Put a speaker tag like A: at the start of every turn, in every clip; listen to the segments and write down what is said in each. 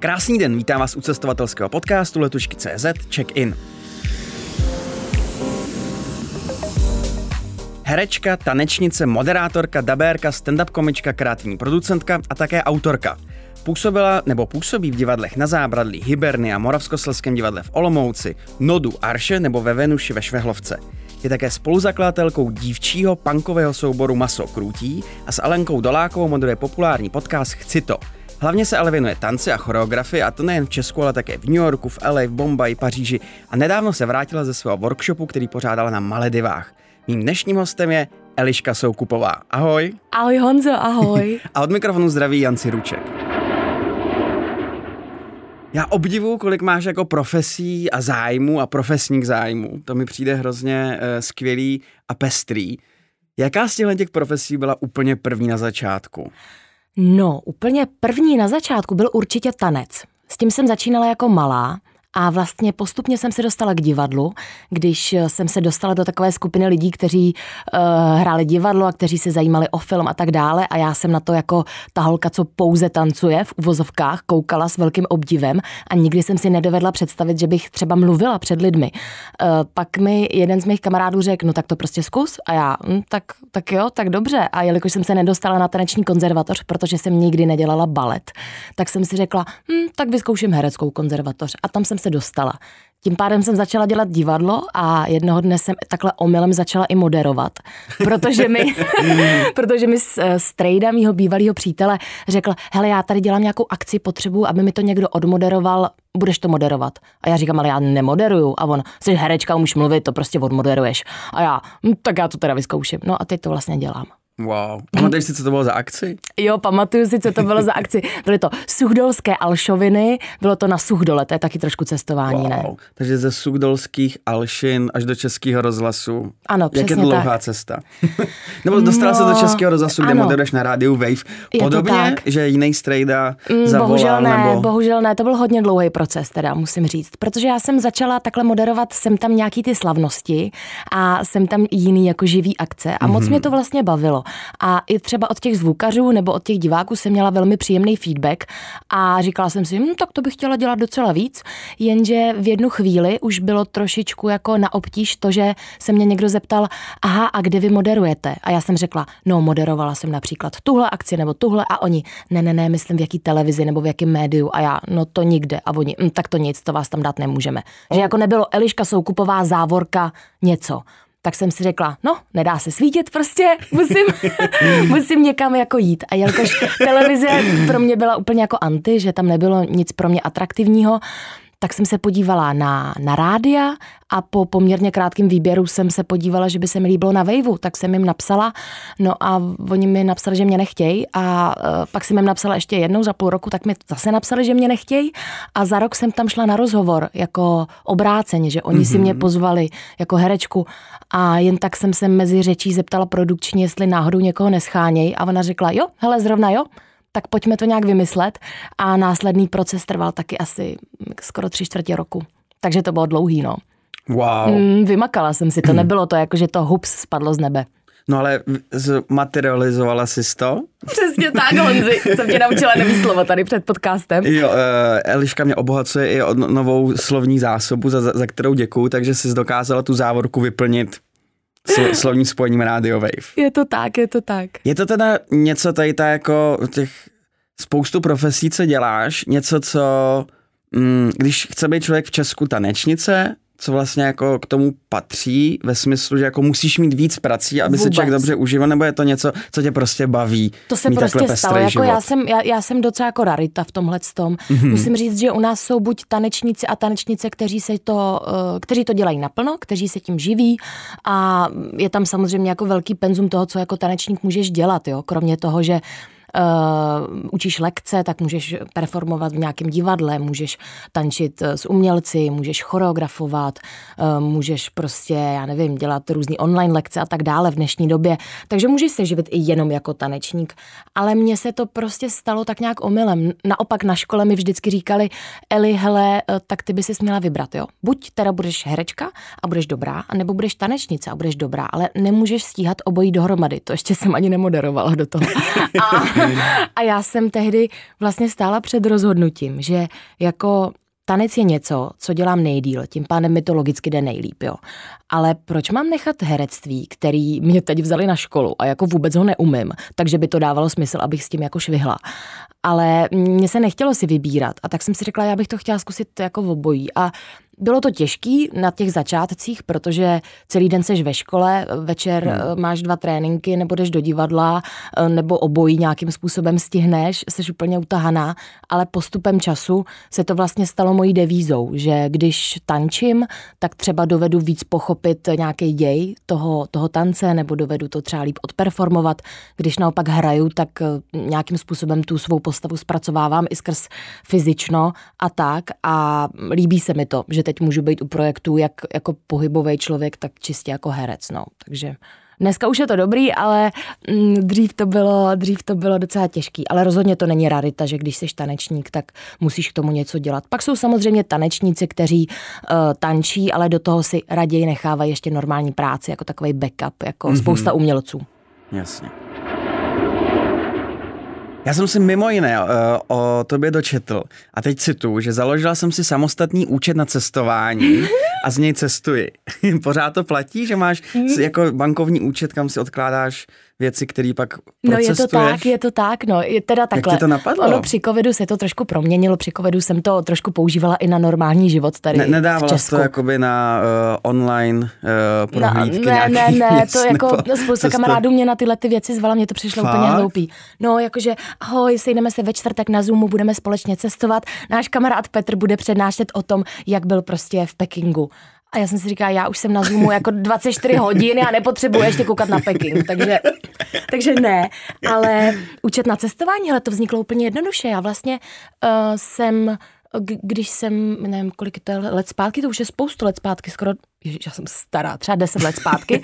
A: Krásný den, vítám vás u cestovatelského podcastu Letušky.cz Check-in. Herečka, tanečnice, moderátorka, dabérka, stand-up komička, kreativní producentka a také autorka. Působila nebo působí v divadlech Na Zábradlí, Hybernia, Moravskoslezském divadle v Olomouci, Nodu Arše nebo ve Venuši ve Švehlovce. Je také spoluzakladatelkou dívčího punkového souboru Maso Krůtí a s Alenkou Dolákovou moderuje populární podcast Chci to. Hlavně se ale věnuje tanci a choreografii, a to nejen v Česku, ale také v New Yorku, v LA, v Bombaji, Paříži, a nedávno se vrátila ze svého workshopu, který pořádala na Maledivách. Mým dnešním hostem je Eliška Soukupová. Ahoj.
B: Ahoj Honzo, ahoj.
A: A od mikrofonu zdraví Jan Siruček. Já obdivuju, kolik máš jako profesí a zájmů a profesních zájmů. To mi přijde hrozně skvělý a pestrý. Jaká z těch profesí byla úplně první na začátku?
B: No, úplně první na začátku byl určitě tanec. S tím jsem začínala jako malá. A vlastně postupně jsem se dostala k divadlu, když jsem se dostala do takové skupiny lidí, kteří hráli divadlo a kteří se zajímali o film a tak dále, a já jsem na to jako ta holka, co pouze tancuje v uvozovkách, koukala s velkým obdivem a nikdy jsem si nedovedla představit, že bych třeba mluvila před lidmi. Pak mi jeden z mých kamarádů řekl, no tak to prostě zkus, a já, tak jo, tak dobře. A jelikož jsem se nedostala na taneční konzervatoř, protože jsem nikdy nedělala balet, tak jsem si řekla, tak vyzkouším hereckou konzervatoř, a tam jsem se dostala. Tím pádem jsem začala dělat divadlo a jednoho dne jsem takhle omylem začala i moderovat, protože mi strejda mýho bývalého přítele řekl, hele, já tady dělám nějakou akci, potřebuju, aby mi to někdo odmoderoval, budeš to moderovat. A já říkám, ale já nemoderuju. A on, jsi herečka, umíš mluvit, to prostě odmoderuješ. A já, tak já to teda vyzkouším. No a teď to vlastně dělám.
A: Wow. Pamatuješ si, co to bylo za akci?
B: Jo, pamatuju si, co to bylo za akci. Byly to Suchdolské Alšoviny, bylo to na Suchdole, to je taky trošku cestování, ne?
A: Takže ze Suchdolských Alšin až do Českého rozhlasu.
B: Ano, přesně tak.
A: Jak je dlouhá cesta? Nebo dostala se do Českého rozhlasu, kde moderuješ na rádiu Wave. Podobně, že jiný strejda zavolal,
B: bohužel ne, to byl hodně dlouhý proces, teda musím říct. Protože já jsem začala takhle moderovat, jsem tam nějaký ty slavnosti a jsem tam jiný jako živý akce a moc mě to vlastně bavilo. A i třeba od těch zvukařů nebo od těch diváků jsem měla velmi příjemný feedback a říkala jsem si, tak to bych chtěla dělat docela víc, jenže v jednu chvíli už bylo trošičku jako na obtíž to, že se mě někdo zeptal, aha, a kde vy moderujete? A já jsem řekla, no, moderovala jsem například tuhle akci nebo tuhle, a oni, ne, myslím v jaký televizi nebo v jakém médiu, a já, no to nikde, a oni, tak to nic, to vás tam dát nemůžeme. Že jako nebylo Eliška Soukupová závorka něco. Tak jsem si řekla, no, nedá se svítit prostě, musím někam jako jít. A jelikož televize pro mě byla úplně jako anti, že tam nebylo nic pro mě atraktivního, tak jsem se podívala na rádia a po poměrně krátkém výběru jsem se podívala, že by se mi líbilo na Waveu, tak jsem jim napsala, no a oni mi napsali, že mě nechtějí, a pak jsem jim napsala ještě jednou za půl roku, tak mi zase napsali, že mě nechtějí, a za rok jsem tam šla na rozhovor jako obráceně, že oni si mě pozvali jako herečku, a jen tak jsem se mezi řečí zeptala produkční, jestli náhodou někoho neschánějí, a ona řekla, jo, hele, zrovna jo. Tak pojďme to nějak vymyslet, a následný proces trval taky asi skoro 3/4 roku. Takže to bylo dlouhý, no.
A: Wow.
B: Vymakala jsem si to, nebylo to jako, že to hups spadlo z nebe.
A: No ale materializovala jsi to?
B: Přesně tak, Honzi, jsem tě naučila nový slovo tady před podcastem.
A: Jo, Eliška mě obohacuje i o novou slovní zásobu, za kterou děkuju, takže jsi dokázala tu závorku vyplnit slovním spojením Radio Wave.
B: Je to tak.
A: Je to teda něco tady jako těch spoustu profesí, co děláš, něco, co když chce být člověk v Česku tanečnice, co vlastně jako k tomu patří ve smyslu, že jako musíš mít víc prací, aby se člověk dobře užíval, nebo je to něco, co tě prostě baví?
B: To se prostě stalo, jako já jsem docela jako rarita v tomhletom. Musím říct, že u nás jsou buď tanečníci a tanečnice, kteří to dělají naplno, kteří se tím živí, a je tam samozřejmě jako velký penzum toho, co jako tanečník můžeš dělat, jo, kromě toho, že učíš lekce, tak můžeš performovat v nějakém divadle, můžeš tančit s umělci, můžeš choreografovat, můžeš prostě, já nevím, dělat různý online lekce a tak dále v dnešní době. Takže můžeš se živit i jenom jako tanečník. Ale mně se to prostě stalo tak nějak omylem. Naopak na škole mi vždycky říkali, Eli, hele, tak ty by si měla vybrat, jo. Buď teda budeš herečka a budeš dobrá, anebo budeš tanečnice a budeš dobrá, ale nemůžeš stíhat obojí dohromady. To ještě jsem ani nemoderovala do toho. A já jsem tehdy vlastně stála před rozhodnutím, že jako tanec je něco, co dělám nejdýl, tím pádem mi to logicky jde nejlíp, jo. Ale proč mám nechat herectví, který mě teď vzali na školu a jako vůbec ho neumím, takže by to dávalo smysl, abych s tím jako švihla. Ale mně se nechtělo si vybírat a tak jsem si řekla, já bych to chtěla zkusit jako v obojí a bylo to těžký na těch začátcích, protože celý den seš ve škole, večer máš 2 tréninky, nebo jdeš do divadla, nebo obojí nějakým způsobem stihneš, seš úplně utahaná, ale postupem času se to vlastně stalo mojí devízou, že když tančím, tak třeba dovedu víc pochopit nějaký děj toho tance, nebo dovedu to třeba líp odperformovat. Když naopak hraju, tak nějakým způsobem tu svou postavu zpracovávám i skrz fyzično a tak a líbí se mi to, že teď můžu být u projektů jak jako pohybový člověk, tak čistě jako herec, no. Takže dneska už je to dobrý, ale dřív to bylo docela těžký. Ale rozhodně to není rarita, že když jsi tanečník, tak musíš k tomu něco dělat. Pak jsou samozřejmě tanečníci, kteří tančí, ale do toho si raději nechávají ještě normální práci, jako takový backup, jako spousta umělců.
A: Jasně. Já jsem si mimo jiné o tobě dočetl a teď cituju, že založila jsem si samostatný účet na cestování a z něj cestuji. Pořád to platí, že máš jako bankovní účet, kam si odkládáš věci, které pak procestuješ?
B: No je to tak, no. Je teda takhle.
A: Jak ti to napadlo?
B: Ono při covidu se to trošku proměnilo, při covidu jsem to trošku používala i na normální život tady v Česku.
A: Nedávala jsi to jakoby na online prohlídky nějaký?
B: Ne, to jako spousta kamarádů mě na tyhle ty věci zvala, mě to přišlo úplně hloupý. No jakože, ahoj, sejdeme se ve čtvrtek na Zoomu, budeme společně cestovat. Náš kamarád Petr bude přednášet o tom, jak byl prostě v Pekingu. A já jsem si říkala, já už jsem na Zoomu jako 24 hodin a nepotřebuji ještě koukat na Peking, takže ne. Ale účet na cestování, ale to vzniklo úplně jednoduše. Já vlastně když jsem, nevím, kolik to je let zpátky, to už je spoustu let zpátky, skoro, já jsem stará, třeba 10 let zpátky.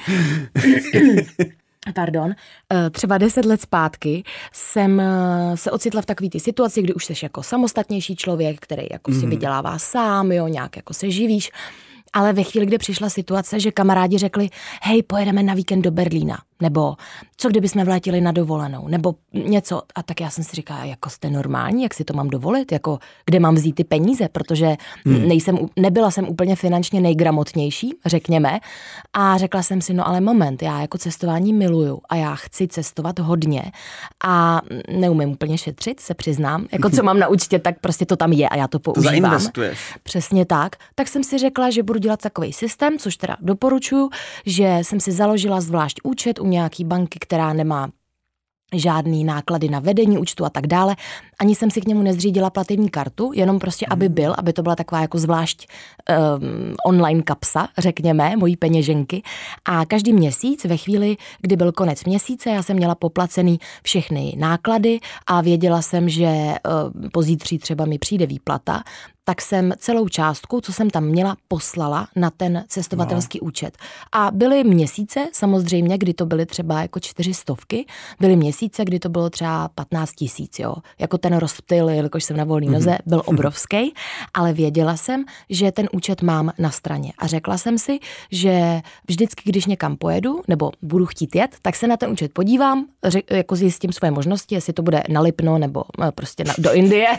B: Třeba 10 let zpátky jsem se ocitla v takové ty situaci, kdy už jsi jako samostatnější člověk, který jako si vydělává sám, jo, nějak jako se živíš. Ale ve chvíli, kdy přišla situace, že kamarádi řekli, hej, pojedeme na víkend do Berlína, nebo co kdyby jsme vlétili na dovolenou, nebo něco. A tak já jsem si říkala, jako jste normální, jak si to mám dovolit, jako kde mám vzít ty peníze, protože nebyla jsem úplně finančně nejgramotnější, řekněme. A řekla jsem si, no ale moment, já jako cestování miluju a já chci cestovat hodně a neumím úplně šetřit, se přiznám. Jako co mám na účtě, tak prostě to tam je a já to používám.
A: To zainvestuješ.
B: Přesně tak. Tak jsem si řekla, že budu dělat takový systém, což teda doporučuju, že jsem si založila zvlášť účet u nějaký banky, která nemá žádný náklady na vedení účtu a tak dále. Ani jsem si k němu nezřídila platební kartu, jenom prostě, aby to byla taková jako zvlášť online kapsa, řekněme, mojí peněženky. A každý měsíc, ve chvíli, kdy byl konec měsíce, já jsem měla poplacený všechny náklady a věděla jsem, že pozítří třeba mi přijde výplata, tak jsem celou částku, co jsem tam měla, poslala na ten cestovatelský účet. A byly měsíce, samozřejmě, kdy to byly třeba jako 400, byly měsíce, kdy to bylo třeba 15 000, jo. Jako ten rozptyl, jelikož jsem na volné noze, byl obrovský, ale věděla jsem, že ten účet mám na straně. A řekla jsem si, že vždycky, když někam pojedu, nebo budu chtít jet, tak se na ten účet podívám, jako zjistím svoje možnosti, jestli to bude na Lipno, nebo prostě do Indie.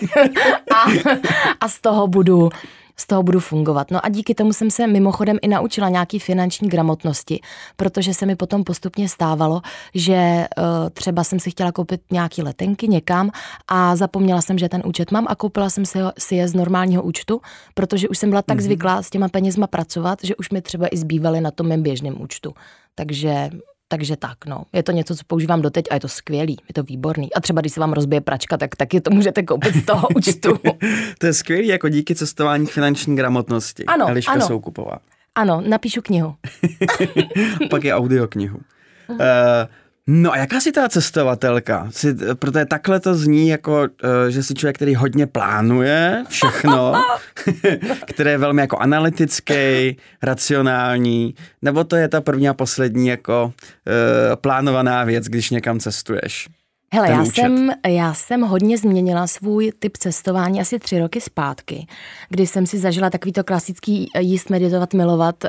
B: a z toho budu fungovat. No a díky tomu jsem se mimochodem i naučila nějaký finanční gramotnosti, protože se mi potom postupně stávalo, že třeba jsem si chtěla koupit nějaký letenky někam a zapomněla jsem, že ten účet mám a koupila jsem si je z normálního účtu, protože už jsem byla tak zvyklá s těma penězma pracovat, že už mi třeba i zbývaly na tom mém běžném účtu. Takže tak, no. Je to něco, co používám doteď a je to skvělý, je to výborný. A třeba když se vám rozbije pračka, tak taky to můžete koupit z toho účtu.
A: To je skvělý, jako díky cestování k finanční gramotnosti. Eliška Soukupová.
B: Ano, napíšu knihu.
A: Pak je audioknihu. No a jaká jsi ta cestovatelka? Protože takhle to zní jako, že jsi člověk, který hodně plánuje všechno, který je velmi jako analytický, racionální, nebo to je ta první a poslední jako plánovaná věc, když někam cestuješ?
B: Hele, já jsem hodně změnila svůj typ cestování asi 3 roky zpátky, kdy jsem si zažila takový to klasický jíst, meditovat, milovat,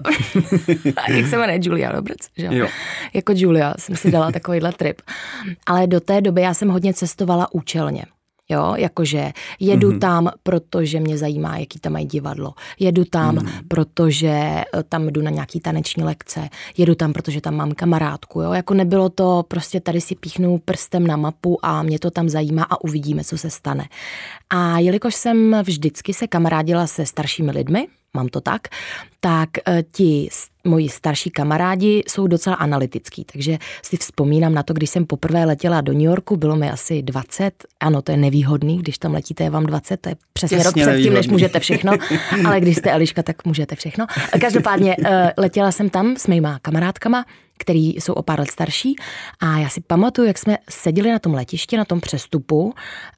B: jak se jmenuje, Julia Roberts, že jo? Jako Julia jsem si dala takovýhle trip. Ale do té doby já jsem hodně cestovala účelně. Jo, jakože jedu tam, protože mě zajímá, jaký tam mají divadlo. Jedu tam, protože tam jdu na nějaký taneční lekce. Jedu tam, protože tam mám kamarádku. Jo, jako nebylo to prostě tady si píchnu prstem na mapu a mě to tam zajímá a uvidíme, co se stane. A jelikož jsem vždycky se kamarádila se staršími lidmi, mám to tak ti moji starší kamarádi jsou docela analytický, takže si vzpomínám na to, když jsem poprvé letěla do New Yorku, bylo mi asi 20, ano, to je nevýhodný, když tam letíte, je vám 20, to je přesně rok předtím, než můžete všechno, ale když jste Eliška, tak můžete všechno. Každopádně letěla jsem tam s mýma kamarádkama, který jsou o pár let starší a já si pamatuju, jak jsme seděli na tom letišti, na tom přestupu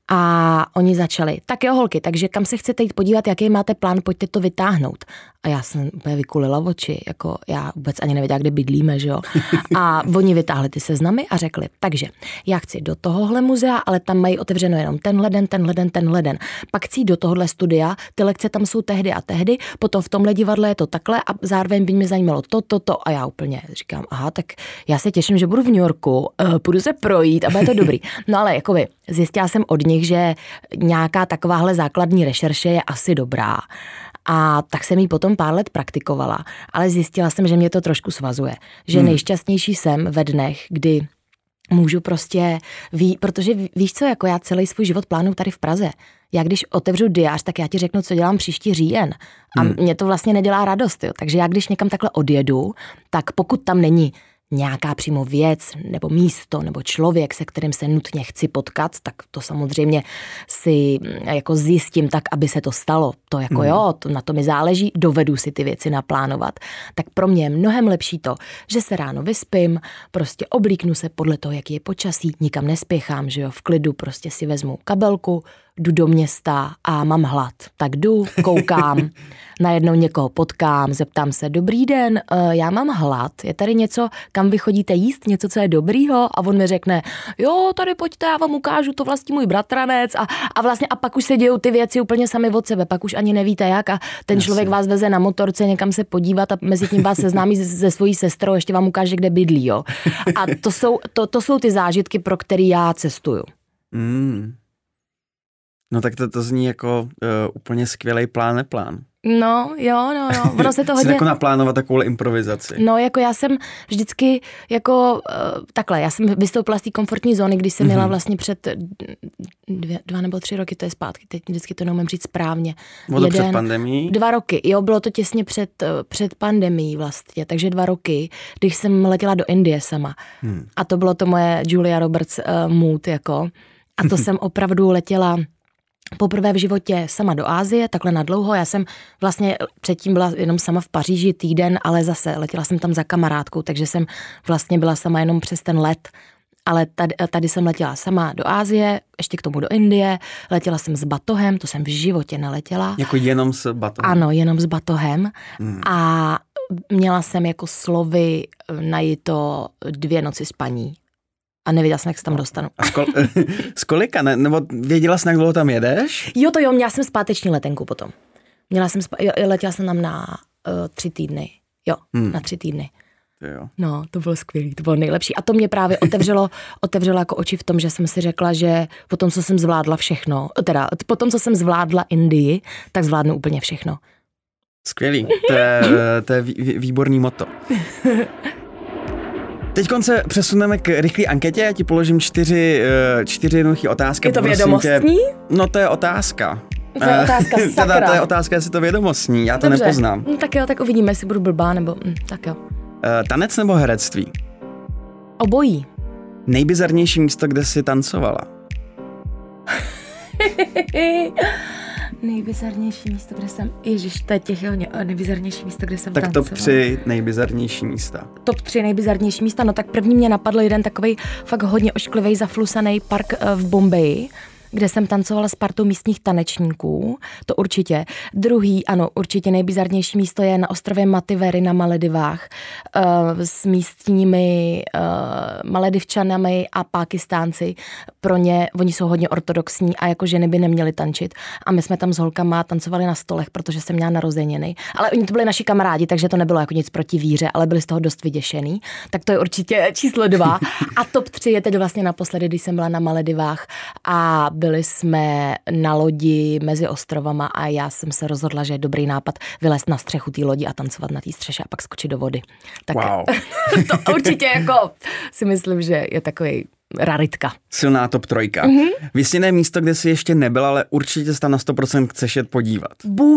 B: a oni začali, tak jo holky, takže kam se chcete jít podívat, jaký máte plán, pojďte to vytáhnout. A já jsem úplně vykulila oči, jako já vůbec ani nevěděla, kde bydlíme, že jo. A oni vytáhli ty seznamy a řekli, takže já chci do tohohle muzea, ale tam mají otevřeno jenom tenhle den. Pak chci do tohohle studia, ty lekce tam jsou tehdy a tehdy, potom v tomhle divadle je to takhle a zároveň by mě zajímalo to a já úplně říkám, aha, tak já se těším, že budu v New Yorku, půjdu se projít a bude to dobrý. No ale jakoby zjistila jsem od nich, že nějaká takováhle základní rešerše je asi dobrá. A tak jsem ji potom pár let praktikovala, ale zjistila jsem, že mě to trošku svazuje. Že nejšťastnější jsem ve dnech, kdy můžu prostě, protože víš co, jako já celý svůj život plánuju tady v Praze. Já když otevřu diář, tak já ti řeknu, co dělám příští říjen. A mě to vlastně nedělá radost, jo. Takže já když někam takhle odjedu, tak pokud tam není nějaká přímo věc nebo místo nebo člověk, se kterým se nutně chci potkat, tak to samozřejmě si jako zjistím tak, aby se to stalo. To jako jo, to, na to mi záleží, dovedu si ty věci naplánovat. Tak pro mě je mnohem lepší to, že se ráno vyspím, prostě oblíknu se podle toho, jaký je počasí, nikam nespěchám, že jo, v klidu prostě si vezmu kabelku, jdu do města a mám hlad. Tak jdu, koukám, najednou někoho potkám, zeptám se, dobrý den, já mám hlad, je tady něco, kam vy chodíte jíst, něco, co je dobrýho? A on mi řekne, jo, tady pojďte, já vám ukážu, to vlastně můj bratranec a vlastně a pak už se dějou ty věci úplně sami od sebe, pak už ani nevíte jak a ten člověk vás veze na motorce někam se podívat a mezi tím vás seznámí se svojí sestrou, ještě vám ukáže, kde bydlí, jo. A to jsou ty zážitky, pro který já cestuju.
A: No tak to zní jako úplně skvělej neplán.
B: No, jo. Ono se to hodně...
A: jako naplánovat takovou improvizaci.
B: No, jako já jsem vždycky jako takhle, já jsem vystoupila z té komfortní zóny, když jsem měla vlastně před 2 nebo 3 roky, to je zpátky, teď vždycky to neumím říct správně.
A: Bylo to před pandemií?
B: 2 roky, jo, bylo to těsně před pandemií vlastně, takže 2 roky, když jsem letěla do Indie sama. A to bylo to moje Julia Roberts mood, jako. A to jsem opravdu letěla poprvé v životě sama do Asie, takhle nadlouho. Já jsem vlastně předtím byla jenom sama v Paříži týden, ale zase letěla jsem tam za kamarádkou, takže jsem vlastně byla sama jenom přes ten let. Ale tady jsem letěla sama do Asie, ještě k tomu do Indie, letěla jsem s batohem, to jsem v životě neletěla.
A: Jako jenom s batohem?
B: Ano, jenom s batohem. A měla jsem jako slovy najito 2 noci spaní. A nevěděla jsem, jak se tam dostanu.
A: A z kolika? Nebo věděla jsi, jak dlouho tam jedeš?
B: Jo, měla jsem zpáteční letenku potom. Letěla jsem tam na 3 týdny. Jo, na 3 týdny.
A: Jo.
B: No, to bylo skvělý, to bylo nejlepší. A to mě právě otevřelo jako oči v tom, že jsem si řekla, že potom, co jsem zvládla všechno, potom, co jsem zvládla Indii, tak zvládnu úplně všechno.
A: Skvělý, to je výborný motto. Teď se přesuneme k rychlé anketě, já ti položím 4 jednoduché otázky.
B: Je to vědomostní?
A: No to je otázka.
B: To je otázka, sakra.
A: To je otázka, jestli to vědomostní, já to
B: Dobře.
A: Nepoznám.
B: Tak jo, tak uvidíme, jestli budu blbá, nebo tak jo.
A: Tanec nebo herectví?
B: Obojí.
A: Nejbizarnější místo, kde jsi tancovala?
B: Nejbizarnější místo, kde jsem... Ježiš, to je nejbizarnější místo, kde jsem tancovala.
A: Tak top 3 nejbizarnější místa.
B: Top 3 nejbizarnější místa, no tak první mě napadl jeden takovej fakt hodně ošklivej, zaflusaný park v Bombeji, kde jsem tancovala s partou místních tanečníků, to určitě. Druhý, ano, určitě nejbizarnější místo je na ostrově Mativery na Maledivách s místními Maledivčanami a Pákistánci. Pro ně, oni jsou hodně ortodoxní a jako ženy by neměly tančit. A my jsme tam s holkama tancovali na stolech, protože jsem měla narozeniny. Ale oni to byli naši kamarádi, takže to nebylo jako nic proti víře, ale byli z toho dost vyděšený. Tak to je určitě číslo 2. A top 3 je teď vlastně naposledy, když jsem byla na Maledivách a byli jsme na lodi mezi ostrovama a já jsem se rozhodla, že je dobrý nápad vylézt na střechu té lodi a tancovat na té střeše a pak skočit do vody. Tak
A: wow.
B: To určitě jako si myslím, že je takový raritka.
A: Silná top 3. Vysněné místo, kde jsi ještě nebyla, ale určitě se tam na 100% chceš jet podívat.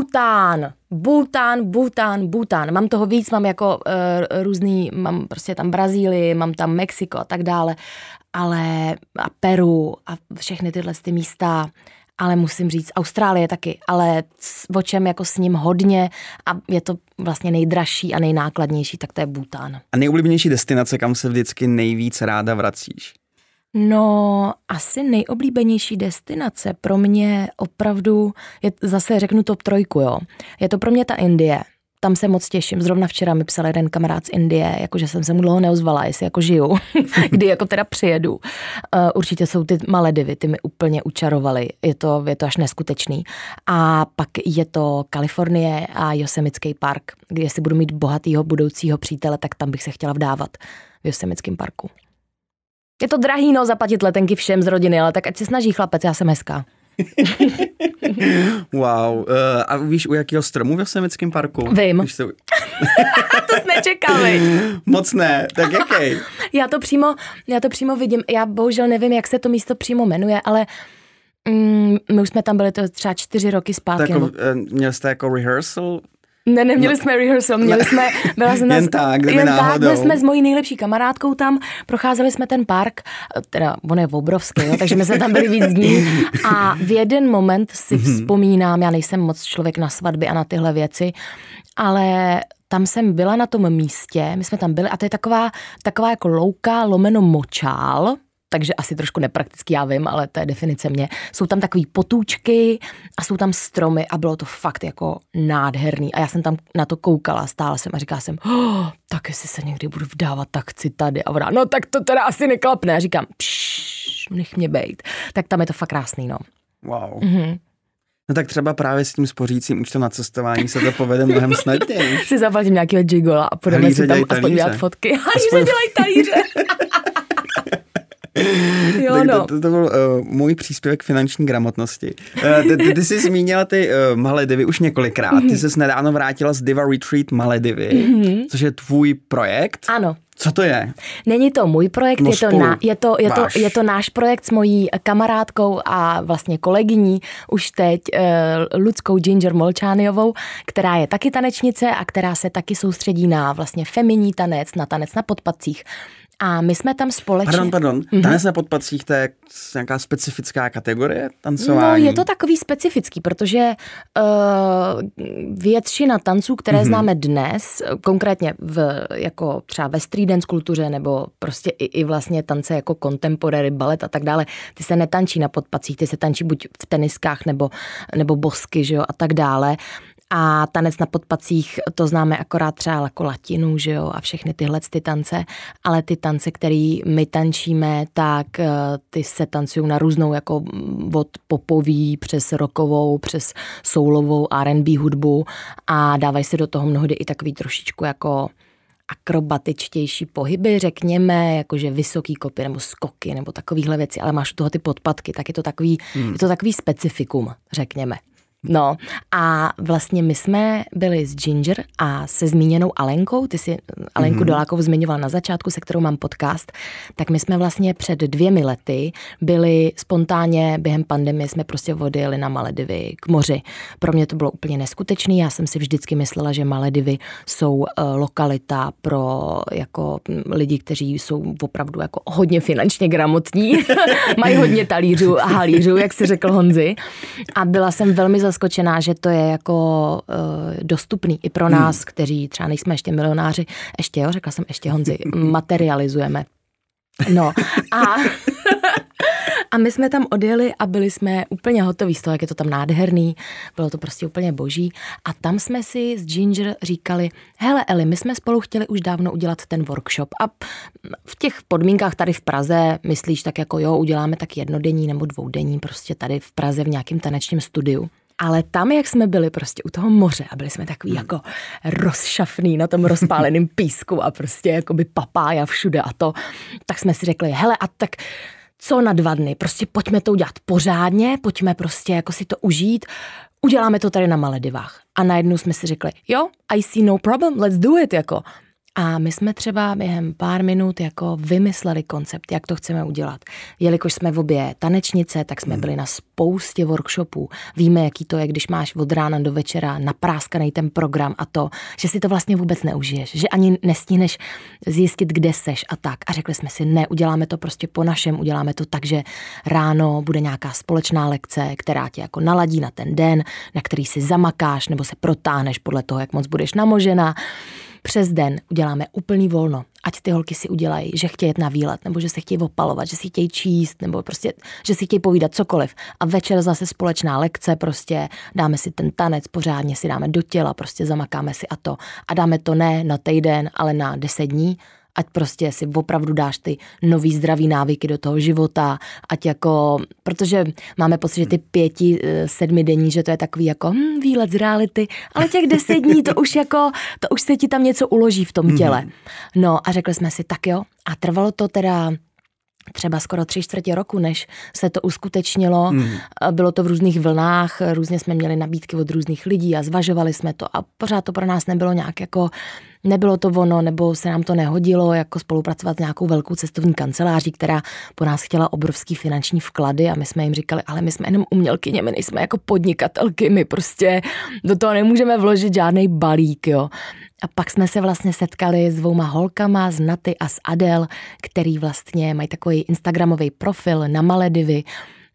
A: Bhútán. Mám toho víc, mám jako různý, mám prostě tam Brazílii, mám tam Mexiko a tak dále, ale a Peru a všechny tyhle ty místa, ale musím říct, Austrálie taky, ale o čem jako s ním hodně a je to vlastně nejdražší a nejnákladnější, tak to je Bhútán. A nejoblíbenější destinace, kam se vždycky nejvíc ráda vracíš?
B: No, asi nejoblíbenější destinace pro mě opravdu, zase řeknu top 3, jo. Je to pro mě ta Indie. Tam se moc těším. Zrovna včera mi psal jeden kamarád z Indie, jakože jsem se mu dlouho neozvala, jestli jako žiju, kdy jako teda přijedu. Určitě jsou ty Maledivy, ty mi úplně učarovaly. Je to až neskutečný. A pak je to Kalifornie a Yosemite Park, kde jestli budu mít bohatýho budoucího přítele, tak tam bych se chtěla vdávat v Yosemite Parku. Je to drahý, no, zaplatit letenky všem z rodiny, ale tak ať se snaží chlapec, já jsem hezká.
A: Wow. A víš, u jakého stromu v Yosemite Parku?
B: Vím. To jsi nečekal, viď?
A: Moc ne, tak jaký?
B: Já to přímo vidím. Já bohužel nevím, jak se to místo přímo jmenuje, ale my už jsme tam byli to třeba 4 roky zpátky.
A: Tak měl jste jako rehearsal?
B: Ne, neměli jsme rehearsal, byla jsem
A: jen tak,
B: byli jsme s mojí nejlepší kamarádkou tam, procházeli jsme ten park, teda on je obrovský, jo, takže my jsme tam byli víc dní a v jeden moment si vzpomínám, já nejsem moc člověk na svatby a na tyhle věci, ale tam jsem byla na tom místě, my jsme tam byli a to je taková jako louka lomeno močál, takže asi trošku nepraktický, já vím, ale to je definice mě. Jsou tam takový potůčky a jsou tam stromy a bylo to fakt jako nádherný. A já jsem tam na to koukala, stála jsem a říkala jsem, tak jestli se někdy budu vdávat, tak chci tady. A ona, no tak to teda asi neklapne. A říkám, nech mě bejt. Tak tam je to fakt krásný, no.
A: Wow. No tak třeba právě s tím spořícím účtem na cestování se to povede mnohem snadněji.
B: Si zaplatím nějakého gigola a půjdeme si tam aspoň dělat fotky. Halíře dělají talíře. Jo, no.
A: To byl můj příspěvek finanční gramotnosti. Ty jsi zmínila ty Maledivy už několikrát. Ty jsi nedávno vrátila z Diva Retreat Maledivy, což je tvůj projekt.
B: Ano.
A: Co to je?
B: Není to můj projekt, je to náš projekt s mojí kamarádkou a vlastně kolegyní už teď Luckou Ginger Molčániovou, která je taky tanečnice a která se taky soustředí na vlastně feminní tanec na podpatcích. A my jsme tam společně...
A: Pardon. Tanec na podpatcích, to je nějaká specifická kategorie tancování?
B: No, je to takový specifický, protože většina tanců, které známe dnes, konkrétně jako třeba ve street dance kultuře, nebo prostě i vlastně tance jako contemporary, balet a tak dále, ty se netančí na podpatcích, ty se tančí buď v teniskách nebo bosky, že jo, a tak dále. A tanec na podpacích, to známe akorát třeba jako latinu, že jo, a všechny tyhle ty tance, ale ty tance, které my tančíme, tak ty se tancují na různou, jako od popový přes rockovou, přes soulovou R&B hudbu a dávají se do toho mnohdy i takový trošičku jako akrobatičtější pohyby, řekněme, jakože vysoký kopy nebo skoky nebo takovýhle věci, ale máš u toho ty podpatky, tak je to takový specifikum, řekněme. No a vlastně my jsme byli s Ginger a se zmíněnou Alenkou, ty si Alenku Dolákovou zmiňoval na začátku, se kterou mám podcast, tak my jsme vlastně před 2 lety byli spontánně, během pandemie jsme prostě odjeli na Maledivy k moři. Pro mě to bylo úplně neskutečný, já jsem si vždycky myslela, že Maledivy jsou lokalita pro jako lidi, kteří jsou opravdu jako hodně finančně gramotní, mají hodně talířů a halířů, jak si řekl Honzi. A byla jsem velmi zaskočená, že to je jako dostupný i pro nás, kteří třeba nejsme ještě milionáři, řekla jsem ještě Honzi, materializujeme. No A my jsme tam odjeli a byli jsme úplně hotoví z toho, jak je to tam nádherný, bylo to prostě úplně boží. A tam jsme si s Ginger říkali, hele Eli, my jsme spolu chtěli už dávno udělat ten workshop a v těch podmínkách tady v Praze, myslíš tak jako jo, uděláme tak jednodenní nebo dvoudenní prostě tady v Praze v nějakém tanečním studiu. Ale tam, jak jsme byli prostě u toho moře a byli jsme takový jako rozšafný na tom rozpáleném písku a prostě jakoby papája všude a to, tak jsme si řekli, hele a tak co na 2 dny, prostě pojďme to udělat pořádně, pojďme prostě jako si to užít, uděláme to tady na Maledivách. A najednou jsme si řekli, jo, I see no problem, let's do it, jako. A my jsme třeba během pár minut jako vymysleli koncept, jak to chceme udělat. Jelikož jsme v obě tanečnice, tak jsme byli na spoustě workshopů. Víme, jaký to je, když máš od rána do večera napráskaný ten program a to, že si to vlastně vůbec neužiješ, že ani nestihneš zjistit, kde seš a tak. A řekli jsme si, ne, uděláme to prostě po našem, uděláme to tak, že ráno bude nějaká společná lekce, která tě jako naladí na ten den, na který si zamakáš nebo se protáhneš podle toho, jak moc budeš namožená. Přes den uděláme úplný volno, ať ty holky si udělají, že chtějí jet na výlet, nebo že se chtějí opalovat, že si chtějí číst, nebo prostě, že si chtějí povídat cokoliv. A večer zase společná lekce, prostě dáme si ten tanec, pořádně si dáme do těla, prostě zamakáme si a to. A dáme to ne na týden, ale na 10 dní, ať prostě si opravdu dáš ty nový zdravý návyky do toho života, ať jako, protože máme pocit, že ty 5-7 denní, že to je takový jako výlet z reality, ale těch 10 dní to už se ti tam něco uloží v tom těle. No a řekli jsme si, tak jo, a trvalo to teda třeba skoro 3/4 roku, než se to uskutečnilo. Bylo to v různých vlnách, různě jsme měli nabídky od různých lidí a zvažovali jsme to a pořád to pro nás nebylo nějak jako, nebylo to ono, nebo se nám to nehodilo jako spolupracovat s nějakou velkou cestovní kanceláří, která po nás chtěla obrovský finanční vklady a my jsme jim říkali, ale my jsme jenom umělkyně, my nejsme jako podnikatelky, my prostě do toho nemůžeme vložit žádnej balík, jo. A pak jsme se vlastně setkali s 2 holkama, s Naty a s Adel, který vlastně mají takový instagramový profil na Maledivy.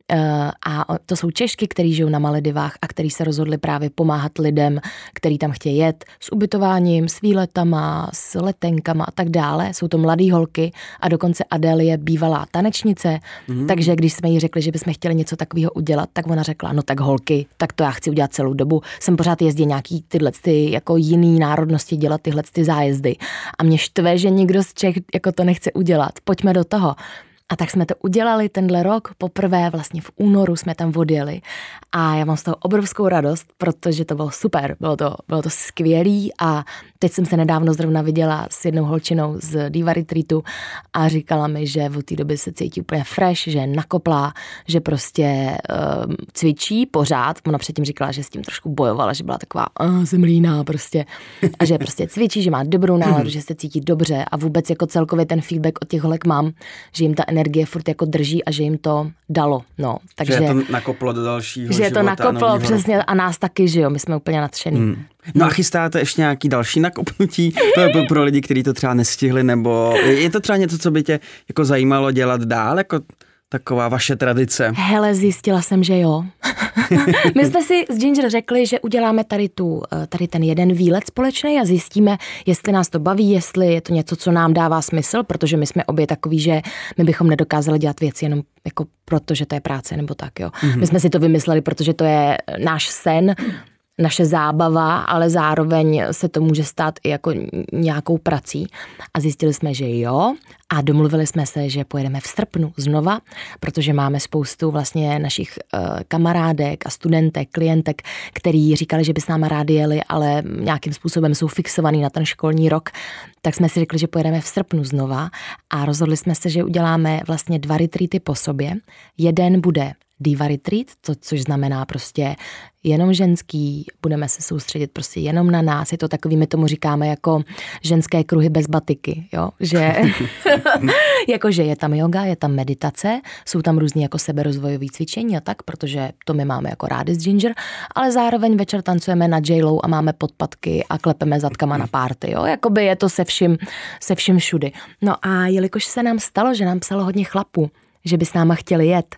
B: A to jsou Češky, který žijou na Maledivách a který se rozhodli právě pomáhat lidem, který tam chtějí jet s ubytováním, s výletama, s letenkama a tak dále. Jsou to mladý holky a dokonce Adele je bývalá tanečnice, takže když jsme jí řekli, že bychom chtěli něco takového udělat, tak ona řekla, no tak holky, tak to já chci udělat celou dobu. Jsem pořád jezdí nějaký tyhle jako jiný národnosti dělat tyhle zájezdy. A mě štve, že nikdo z Čech jako to nechce udělat. Pojďme do toho. A tak jsme to udělali tenhle rok, poprvé vlastně v únoru jsme tam odjeli a já mám z toho obrovskou radost, protože to bylo super, bylo to skvělý a teď jsem se nedávno zrovna viděla s jednou holčinou z Diva Retreatu a říkala mi, že od té doby se cítí úplně fresh, že je nakoplá, že prostě cvičí pořád, ona předtím říkala, že s tím trošku bojovala, že byla taková zemlíná prostě a že prostě cvičí, že má dobrou náladu, že se cítí dobře a vůbec jako celkově ten feedback od těch holek mám, že jim ta energie furt jako drží a že jim to dalo, no. Takže,
A: že to nakoplo do dalšího
B: života. Že to nakoplo, přesně, a nás taky, že jo, my jsme úplně nadšený.
A: No a chystáte ještě nějaký další nakopnutí pro lidi, kteří to třeba nestihli, nebo je to třeba něco, co by tě jako zajímalo dělat dál, jako taková vaše tradice?
B: Hele, zjistila jsem, že jo. My jsme si s Ginger řekli, že uděláme tady ten jeden výlet společný a zjistíme, jestli nás to baví, jestli je to něco, co nám dává smysl, protože my jsme obě takový, že my bychom nedokázali dělat věci jenom jako proto, že to je práce nebo tak, jo. My jsme si to vymysleli, protože to je náš sen, naše zábava, ale zároveň se to může stát i jako nějakou prací. A zjistili jsme, že jo. A domluvili jsme se, že pojedeme v srpnu znova, protože máme spoustu vlastně našich kamarádek a studentek, klientek, který říkali, že by s náma rádi jeli, ale nějakým způsobem jsou fixovaný na ten školní rok. Tak jsme si řekli, že pojedeme v srpnu znova a rozhodli jsme se, že uděláme vlastně 2 retreaty po sobě. Jeden bude Diva Retreat, což znamená prostě jenom ženský, budeme se soustředit prostě jenom na nás, je to takový, my tomu říkáme jako ženské kruhy bez batiky, jo, že jakože je tam yoga, je tam meditace, jsou tam různý jako seberozvojový cvičení a tak, protože to my máme jako rádi s Ginger, ale zároveň večer tancujeme na J-Lo a máme podpatky a klepeme zadkama na párty, jo, jakoby je to se vším všudy. No a jelikož se nám stalo, že nám psalo hodně chlapů, že by s náma chtěli jet,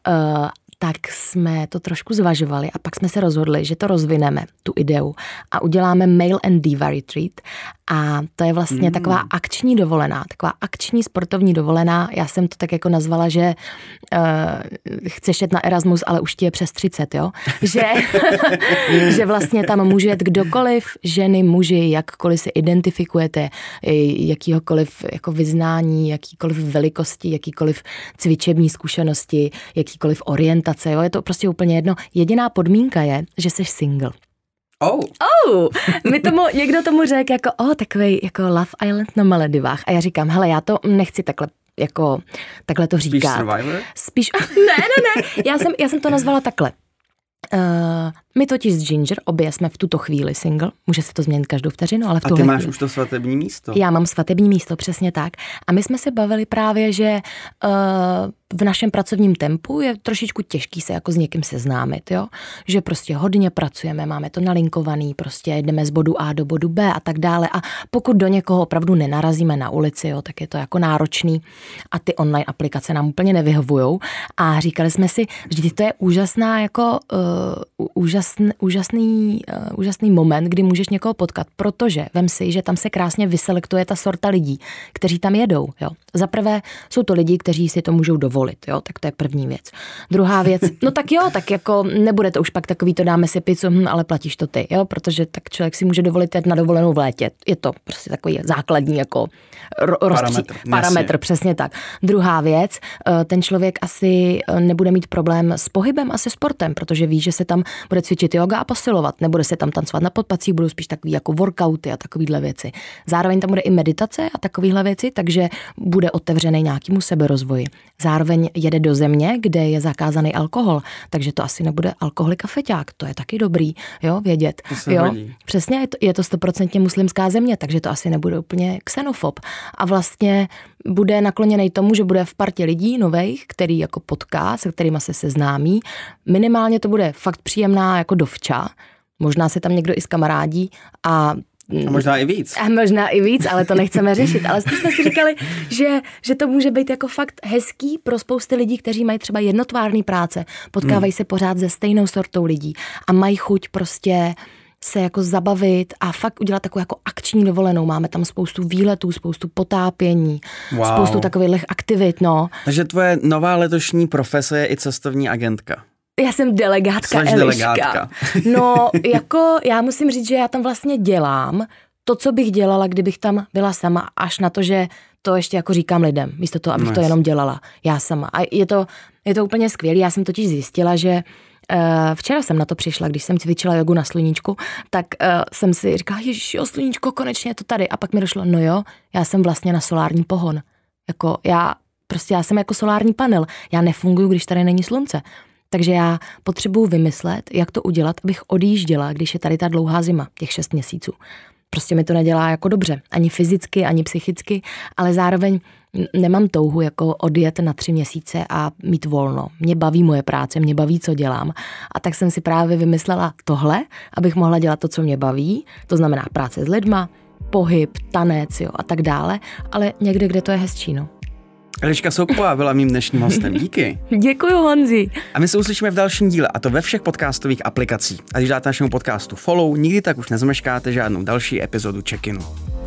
B: tak jsme to trošku zvažovali a pak jsme se rozhodli, že to rozvineme, tu ideu a uděláme Male and Diva Retreat A to je vlastně taková akční dovolená, taková akční sportovní dovolená. Já jsem to tak jako nazvala, že chceš jet na Erasmus, ale už ti je přes 30, jo? Že vlastně tam může jet kdokoliv, ženy, muži, jakkoliv se identifikujete, jakýhokoliv jako vyznání, jakýkoliv velikosti, jakýkoliv cvičební zkušenosti, jakýkoliv orientace, jo? Je to prostě úplně jedno. Jediná podmínka je, že jsi single. Někdo tomu řekl jako, takovej jako Love Island na Maledivách. A já říkám, hele, já to nechci takhle to říkat.
A: Spíš Survivor?
B: Spíš, ne. Já jsem to nazvala takhle. My totiž s Ginger, obě jsme v tuto chvíli single, může se to změnit každou vteřinu, ale v tuhle
A: chvíli. A ty máš
B: chvíli.
A: už to svatební místo.
B: Já mám svatební místo, přesně tak. A my jsme se bavili právě, že v našem pracovním tempu je trošičku těžký se jako s někým seznámit, jo? Že prostě hodně pracujeme, máme to nalinkovaný, prostě jdeme z bodu A do bodu B a tak dále. A pokud do někoho opravdu nenarazíme na ulici, jo, tak je to jako náročný a ty online aplikace nám úplně nevyhovujou. A říkali jsme si, že to je úžasná jako úžasný moment, kdy můžeš někoho potkat, protože vem si, že tam se krásně vyselektuje ta sorta lidí, kteří tam jedou. Jo. Za prvé jsou to lidi, kteří si to můžou dovolit, jo, tak to je první věc. Druhá věc, no tak jo, tak jako nebude to už pak takový, to dáme si pizzu, ale platíš to ty, jo, protože tak člověk si může dovolit jet na dovolenou v létě. Je to prostě takový základní jako parametr, přesně tak. Druhá věc, ten člověk asi nebude mít problém s pohybem a se sportem, protože ví, že se tam bude cvičit yoga a posilovat, nebude se tam tancovat na podpacích, budou spíš takový jako workouty a takovýhle věci. Zároveň tam bude i meditace a takovýhle věci, takže bude otevřený nějakému seberozvoji. Zároveň jede do země, kde je zakázaný alkohol, takže to asi nebude alkoholik a feťák, to je taky dobrý, jo, vědět. Jo, přesně, je to 100% muslimská země, takže to asi nebude úplně xenofob. A vlastně bude nakloněný tomu, že bude v partě lidí nových, který jako potká, se kterýma se seznámí. Minimálně to bude fakt příjemná jako dovča. Možná se tam někdo i skamarádí a
A: možná i víc.
B: A možná i víc, ale to nechceme řešit. Ale jsme si říkali, že to může být jako fakt hezký pro spousty lidí, kteří mají třeba jednotvárný práce, potkávají se pořád se stejnou sortou lidí a mají chuť prostě se jako zabavit a fakt udělat takovou jako akční dovolenou. Máme tam spoustu výletů, spoustu potápění, spoustu takových aktivit, no.
A: Takže tvoje nová letošní profese je i cestovní agentka.
B: Já jsem delegátka Eliška. No, jako já musím říct, že já tam vlastně dělám to, co bych dělala, kdybych tam byla sama, až na to, že to ještě jako říkám lidem, místo toho, abych to jenom dělala já sama. A je to úplně skvělé. Já jsem totiž zjistila, že včera jsem na to přišla, když jsem cvičila jogu na sluníčku, tak jsem si říkala, ježiš, jo, sluníčko, konečně je to tady. A pak mi došlo, no jo, já jsem vlastně na solární pohon. Jako já jsem jako solární panel. Já nefunguju, když tady není slunce. Takže já potřebuju vymyslet, jak to udělat, abych odjížděla, když je tady ta dlouhá zima, těch 6 měsíců. Prostě mi to nedělá jako dobře, ani fyzicky, ani psychicky, ale zároveň nemám touhu jako odjet na 3 měsíce a mít volno. Mě baví moje práce, mě baví, co dělám. A tak jsem si právě vymyslela tohle, abych mohla dělat to, co mě baví, to znamená práce s lidma, pohyb, tanec, jo, a tak dále, ale někde, kde to je hezčí, no.
A: Eliška Soukupová byla mým dnešním hostem. Díky.
B: Děkuju, Honzi.
A: A my se uslyšíme v dalším díle, a to ve všech podcastových aplikacích. A když dáte našemu podcastu follow, nikdy tak už nezmeškáte žádnou další epizodu Check-inu.